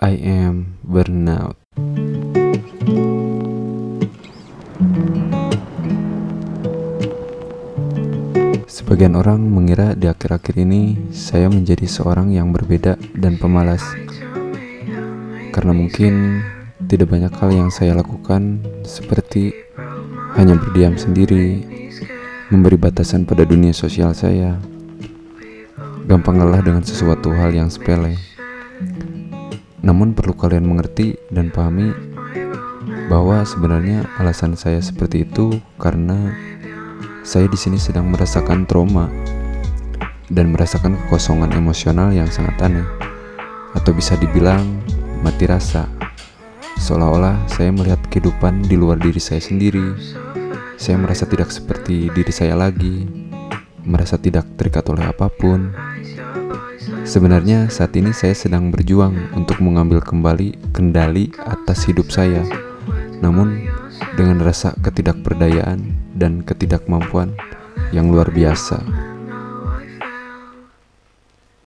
I am burnout. Sebagian orang mengira di akhir-akhir ini saya menjadi seorang yang berbeda dan pemalas. Karena mungkin tidak banyak hal yang saya lakukan, seperti hanya berdiam sendiri, memberi batasan pada dunia sosial saya, gampang lelah dengan sesuatu hal yang sepele. Namun perlu kalian mengerti dan pahami bahwa sebenarnya alasan saya seperti itu karena saya di sini sedang merasakan trauma dan merasakan kekosongan emosional yang sangat aneh, atau bisa dibilang mati rasa. Seolah-olah saya melihat kehidupan di luar diri saya sendiri. Saya merasa tidak seperti diri saya lagi, merasa tidak terikat oleh apapun. Sebenarnya saat ini saya sedang berjuang untuk mengambil kembali kendali atas hidup saya, namun dengan rasa ketidakberdayaan dan ketidakmampuan yang luar biasa.